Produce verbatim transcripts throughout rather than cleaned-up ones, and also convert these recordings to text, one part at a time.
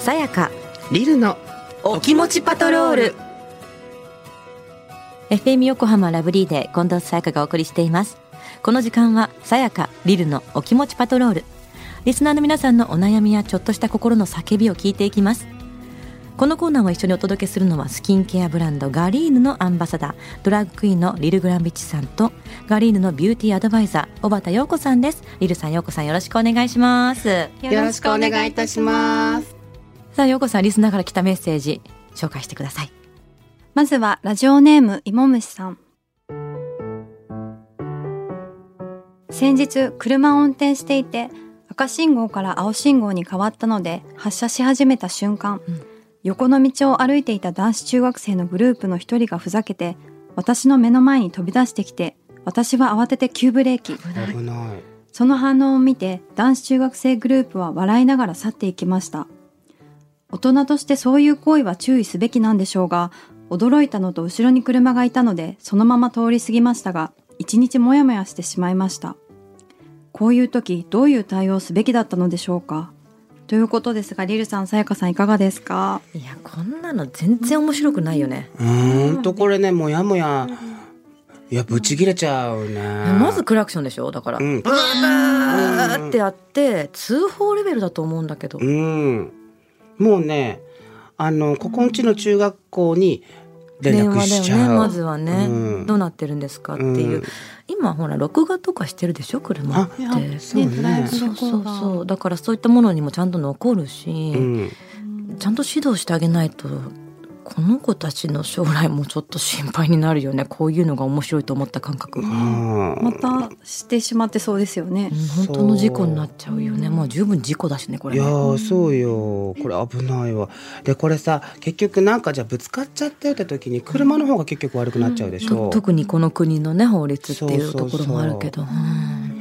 さやかリルのお気持ちパトロール。 エフエム 横浜ラブリーで近藤さやかがお送りしています。この時間はさやかリルのお気持ちパトロール。リスナーの皆さんのお悩みやちょっとした心の叫びを聞いていきます。このコーナーを一緒にお届けするのはスキンケアブランドガリーヌのアンバサダー、ドラッグクイーンのリル・グランビッチさんとガリーヌのビューティーアドバイザー小畑陽子さんです。リルさん、陽子さん、よろしくお願いします。 よろしくお願いいたします。 さあ、陽子さん、リスナーから来たメッセージ紹介してください。 まずはラジオネームいもむしさん。先日車を運転していて、赤信号から青信号に変わったので発車し始めた瞬間、うん、横の道を歩いていた男子中学生のグループの一人がふざけて私の目の前に飛び出してきて、私は慌てて急ブレーキ。 危ない。 その反応を見て男子中学生グループは笑いながら去っていきました。大人としてそういう行為は注意すべきなんでしょうが、驚いたのと後ろに車がいたのでそのまま通り過ぎましたが、一日モヤモヤしてしまいました。こういう時どういう対応をすべきだったのでしょうか、ということですが、リルさん、さやかさん、いかがですか？ いや、こんなの全然面白くないよね。 うーんとこれね、モヤモヤ、いやブチ切れちゃうね。 まずクラクションでしょ。だから、うん、ブーってやって通報レベルだと思うんだけど、 うん、もうね、あのここんちの中学校に連絡しちゃう。電話だよね、 まずはね、うん、どうなってるんですかっていう、うん、今ほら録画とかしてるでしょ、車って。 あ、そうね、 そうそうそう、だからそういったものにもちゃんと残るし、うん、ちゃんと指導してあげないとこの子たちの将来もちょっと心配になるよね。こういうのが面白いと思った感覚、 またしてしまってそうですよね。 うん、本当の事故になっちゃうよね。もう十分事故だしね、これね。 いやそうよ、これ危ないわ。でこれさ、結局なんかじゃあぶつかっちゃったよって時に車の方が結局悪くなっちゃうでしょ、うん、 特にこの国のね法律っていうところもあるけど、そうそうそう、うん、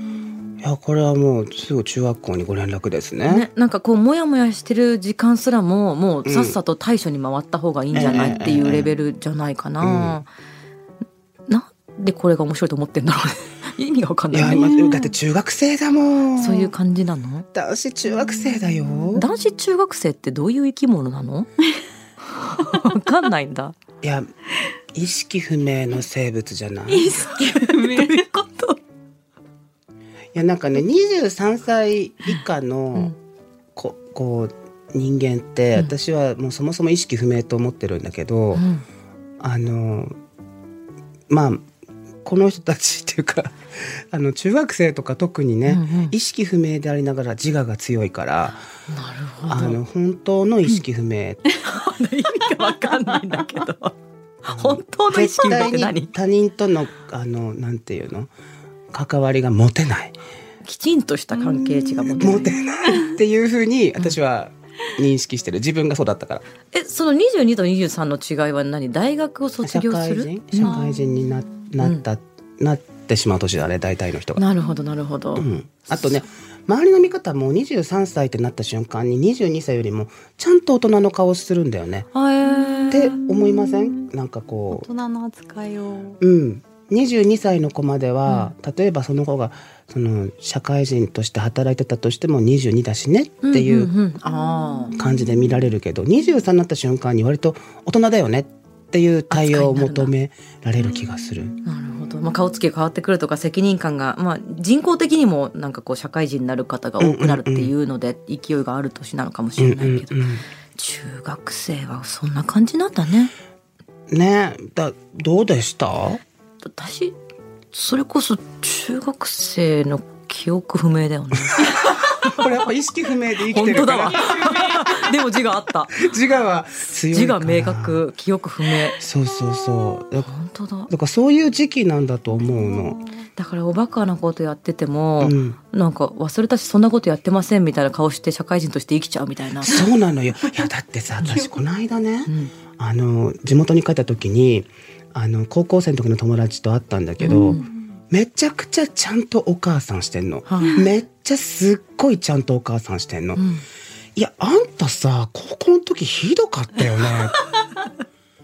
いやこれはもうすぐ中学校にご連絡です ね, ね。なんかこうモヤモヤしてる時間すらももうさっさと対処に回った方がいいんじゃない、うん、っていうレベルじゃないかな、うん、なんでこれが面白いと思ってんだろうね意味が分かんない。 いやだって中学生だもん。 そういう感じなの？ 男子中学生だよ。 男子中学生ってどういう生き物なの分かんないんだ。 いや意識不明の生物じゃない？ 意識不明どういうこと？ いやなんかね、にじゅうさんさい以下の、うん、こ, こう人間って、うん、私はもうそもそも意識不明と思ってるんだけど、うん、あのまあこの人たちっていうかあの中学生とか特にね、うんうん、意識不明でありながら自我が強いから、 なるほど、 あの本当の意識不明、うん、 意味が分かんないんだけど本当の意識不明って何？ 他人とのあのなんていうの関わりが持てない、 きちんとした関係値が持てない、 持てないっていうふうに私は認識してる。自分がそうだったから。 え、そのにじゅうにとにじゅうさんの違いは何？大学を卒業する？ 社会人、社会人に な, な, った、うん、なってしまう年だね、大体の人が。 なるほどなるほど、うん、 あとね、周りの見方もにじゅうさんさいってなった瞬間ににじゅうにさいよりもちゃんと大人の顔をするんだよねって思いません？なんかこう大人の扱いを、 うんにじゅうにさいの子までは、うん、例えばその子がその社会人として働いてたとしてもにじゅうにだしねっていう感じで見られるけど、にじゅうさんになった瞬間に割と大人だよねっていう対応を求められる気がする。 なるほど、まあ、顔つきが変わってくるとか責任感が、まあ、人工的にもなんかこう社会人になる方が多くなるっていうので勢いがある年なのかもしれないけど、うんうんうん、中学生はそんな感じなんだね。 ねえ、だどうでした？ 私それこそ中学生の記憶不明だよねこれやっぱ意識不明で生きてるから本当だわでも自我あった自我は強いから、 自我明確、記憶不明。 そうそうそう、 本当だ。 だからそういう時期なんだと思うの。 だからおバカなことやってても、うん、なんか忘れたしそんなことやってませんみたいな顔して社会人として生きちゃうみたいな。 そうなのよ。いやだってさ、私この間ね、うん、あの地元に帰った時にあの高校生の時の友達と会ったんだけど、うん、めちゃくちゃちゃんとお母さんしてんの、はい、めっちゃすっごいちゃんとお母さんしてんの、うん、いやあんたさ高校の時ひどかったよね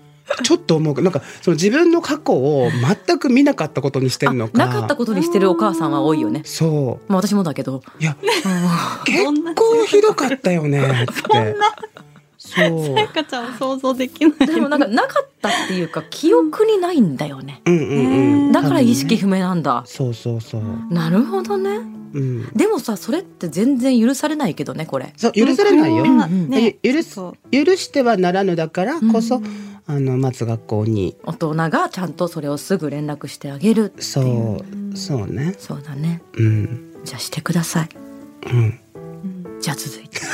ちょっと思う。なんかその自分の過去を全く見なかったことにしてるのか、 なかったことにしてるお母さんは多いよね。 そう、 まあ、私もだけど、 いや結構ひどかったよねってそんなそうさやかちゃんは想像できない。 でもなんかなかったっていうか記憶にないんだよね、 うんうんうん、 だから意識不明なんだ、 ね、そうそうそう、 なるほどね、 うん、 でもさそれって全然許されないけどねこれ。 そう許されないよ、 うんうんね、 許す許してはならぬだからこそ、うん、あのまず学校に大人がちゃんとそれをすぐ連絡してあげるっていう。 そうそうね、 そうだね、 うん、 じゃあしてください、 うん、 じゃあ続いて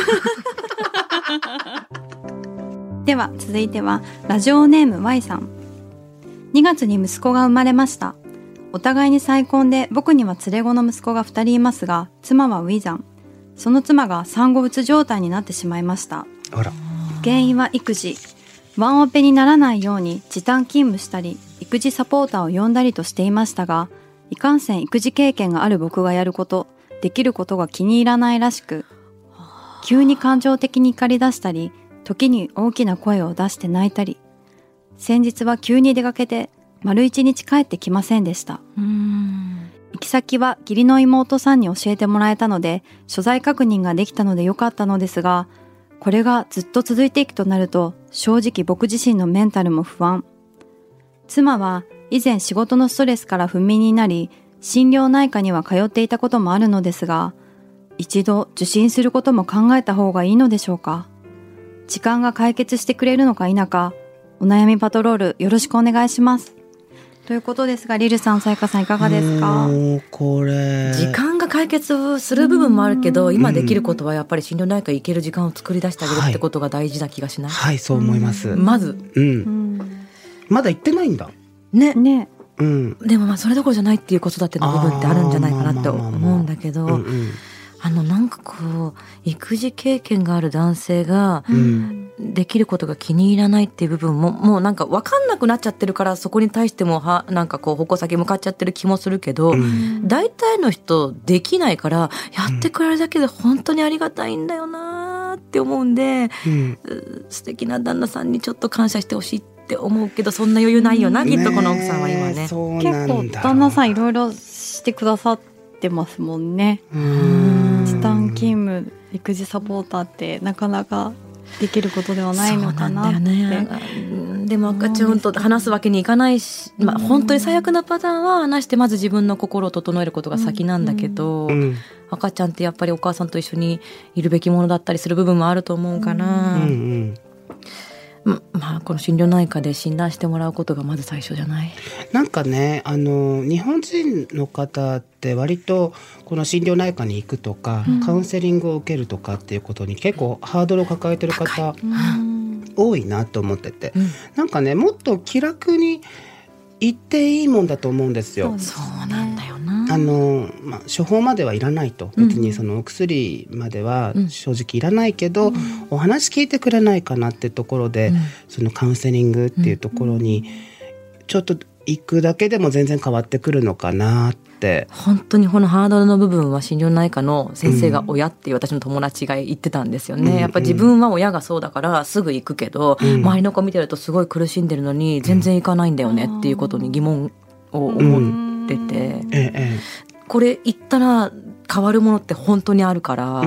では続いてはラジオネーム Y さん。にがつに息子が生まれました。お互いに再婚で僕には連れ子の息子がふたりいますが、妻はウィザン。その妻が産後うつ状態になってしまいました。 あら、 原因は育児。ワンオペにならないように時短勤務したり育児サポーターを呼んだりとしていましたが、いかんせん育児経験がある僕がやることできることが気に入らないらしく、急に感情的に怒り出したり、時に大きな声を出して泣いたり、先日は急に出かけて丸一日帰ってきませんでした。 うーん、 行き先は義理の妹さんに教えてもらえたので所在確認ができたのでよかったのですが、これがずっと続いていくとなると正直僕自身のメンタルも不安。妻は以前仕事のストレスから不眠になり、心療内科には通っていたこともあるのですが、一度受診することも考えた方がいいのでしょうか。時間が解決してくれるのか否か、お悩みパトロールよろしくお願いします。ということですが、リルさん、さやかさんいかがですか？ もうこれ時間が解決する部分もあるけど、今できることはやっぱり心療内科行ける時間を作り出してあげるってことが大事な気がしない？ はい、はい、そう思います。 まず、 うん、 うん、 まだ行ってないんだね。 ね、 うん、 でもまあそれどころじゃないっていう子育ての部分ってあるんじゃないかなって思うんだけど、あのなんかこう育児経験がある男性が、うん、できることが気に入らないっていう部分ももうなんか分かんなくなっちゃってるから、そこに対してもはなんかこう矛先向かっちゃってる気もするけど、うん、大体の人できないから、やってくれるだけで本当にありがたいんだよなって思うんで、うん、素敵な旦那さんにちょっと感謝してほしいって思うけど、そんな余裕ないよな、うん、きっとこの奥さんは今ね。 結構旦那さんいろいろしてくださってますもんね。 うん、 時短勤務育児サポーターってなかなかできることではないのかなって。そうなんだよね。 でも赤ちゃんと話すわけにいかないし、まあ、本当に最悪なパターンは話してまず自分の心を整えることが先なんだけど、うんうん、赤ちゃんってやっぱりお母さんと一緒にいるべきものだったりする部分もあると思うから、うんうんうん、まあ、この心療内科で診断してもらうことがまず最初じゃない？ なんかね、あの日本人の方って割とこの心療内科に行くとか、うん、カウンセリングを受けるとかっていうことに結構ハードルを抱えてる方多いなと思ってて、うん、なんかね、もっと気楽に行っていいもんだと思うんですよ。 そうなんだよな。 あの、まあ、処方まではいらないと、別にそのお薬までは正直いらないけど、うん、お話聞いてくれないかなってところで、うん、そのカウンセリングっていうところにちょっと行くだけでも全然変わってくるのかなって。本当にこのハードルの部分は心療内科の先生が親っていう私の友達が言ってたんですよね、うん、やっぱ自分は親がそうだからすぐ行くけど、うん、周りの子見てるとすごい苦しんでるのに全然行かないんだよねっていうことに疑問を思ってて、うんええ、これ行ったら変わるものって本当にあるから、うん、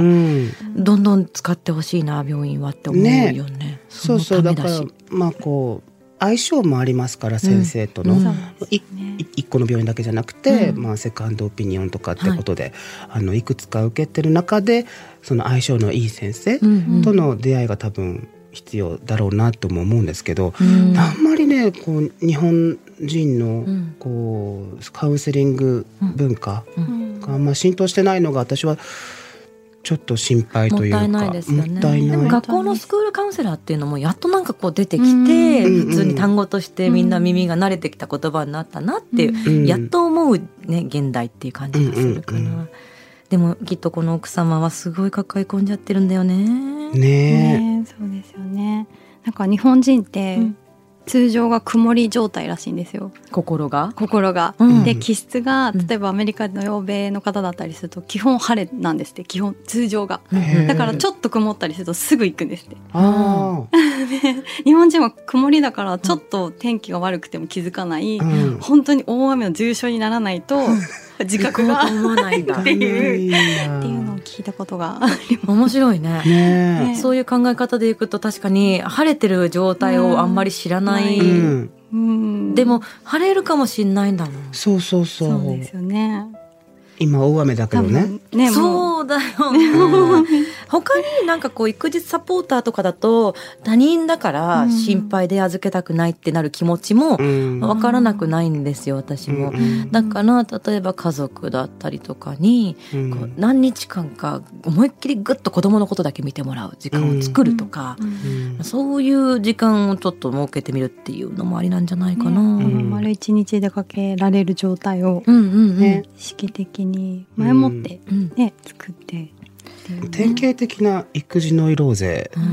どんどん使ってほしいな病院はって思うよね。ね、そのためだし、 そうそう、だからまあこう相性もありますから、先生との、うん、い一個の病院だけじゃなくて、うん、まあ、セカンドオピニオンとかってことで、はい、あのいくつか受けてる中でその相性のいい先生との出会いが多分必要だろうなとも思うんですけど、うん、あんまりねこう日本人のこうカウンセリング文化があんま浸透してないのが私はちょっと心配というか、 もったいないですよね。 もったいない。 でも学校のスクールカウンセラーっていうのもやっとなんかこう出てきて、普通に単語としてみんな耳が慣れてきた言葉になったなっていう、やっと思うね現代っていう感じがするから、うんうんうん、でもきっとこの奥様はすごい抱え込んじゃってるんだよね。 ねえ、 ね、そうですよね。なんか日本人って、うん、 通常が曇り状態らしいんですよ、 心が心が、 うん、 で気質が例えばアメリカの欧米の方だったりすると基本晴れなんですって、基本通常が。だからちょっと曇ったりするとすぐ行くんですって。 あ日本人は曇りだからちょっと天気が悪くても気づかない、うん、本当に大雨の重症にならないと自覚が思わないんだっていうっていうのを聞いたことがあります。 面白い ね, ね, ねそういう考え方でいくと確かに晴れてる状態をあんまり知らない、うんうん、でも晴れるかもしれないんだもん。 そうそうそう、 そうですよね。 今大雨だけど ね, ねそうだよね他になんかこう育児サポーターとかだと他人だから心配で預けたくないってなる気持ちも分からなくないんですよ、私も。だから例えば家族だったりとかにこう何日間か思いっきりぐっと子供のことだけ見てもらう時間を作るとか、そういう時間をちょっと設けてみるっていうのもありなんじゃないかな、ね、 丸一日出かけられる状態を、 うんうんうんね、 意識的に前もってね、うん、作って典型的な育児ノイローゼ、 うん、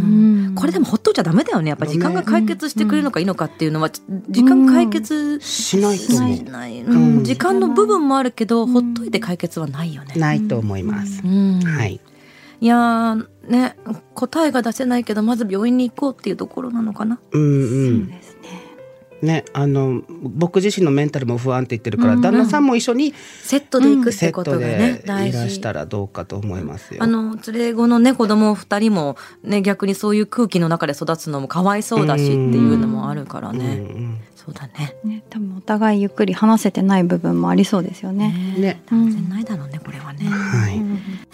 これでもほっといちゃダメだよね。やっぱり時間が解決してくれるのかいいのかっていうのは時間解決しないと思う、 うん、時間の部分もあるけど、うん、ほっといて解決はないよね。 ないと思います、 うんはい、 いやね答えが出せないけどまず病院に行こうっていうところなのかな。 うんうん、 そうですね。 ね、あの僕自身のメンタルも不安って言ってるから、うんうん、旦那さんも一緒にセットで行くってことがね、 うん、大事いらしたらどうかと思いますよ。 あの連れ子のね子供ふたりもね逆にそういう空気の中で育つのもかわいそうだしっていうのもあるからね、うんうん、そうだ ね, ね多分お互いゆっくり話せてない部分もありそうですよね。 ねね断然ないだろうねこれはね、 はい、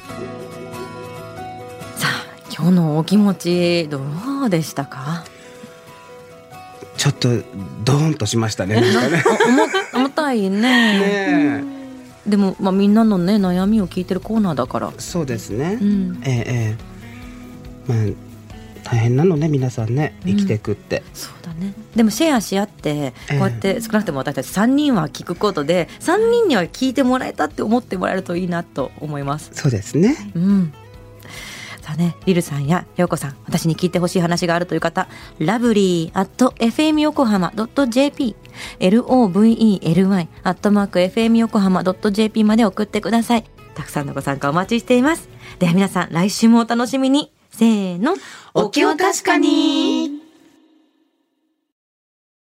さあ今日のお気持ちどうでしたか。 ちょっとドーンとしましたね。なんかね重たい ね, ねでも、まあ、みんなの、ね、悩みを聞いてるコーナーだから。 そうですね、 うん、 ええまあ、大変なのね皆さんね生きていくって、うん、 そうだね。でもシェアし合ってこうやって少なくても私たちさんにんは聞くことでさんにんには聞いてもらえたって思ってもらえるといいなと思います。 そうですね、 うんさあね、リルさんやヨウコさん私に聞いてほしい話があるという方ラブリー アット エフエム 横浜 ドット ジェーピー ロブイアットマーク エフエム 横浜 ドット ジェーピー まで送ってください。たくさんのご参加お待ちしています。では皆さん来週もお楽しみに。せーの、 お気を確かに。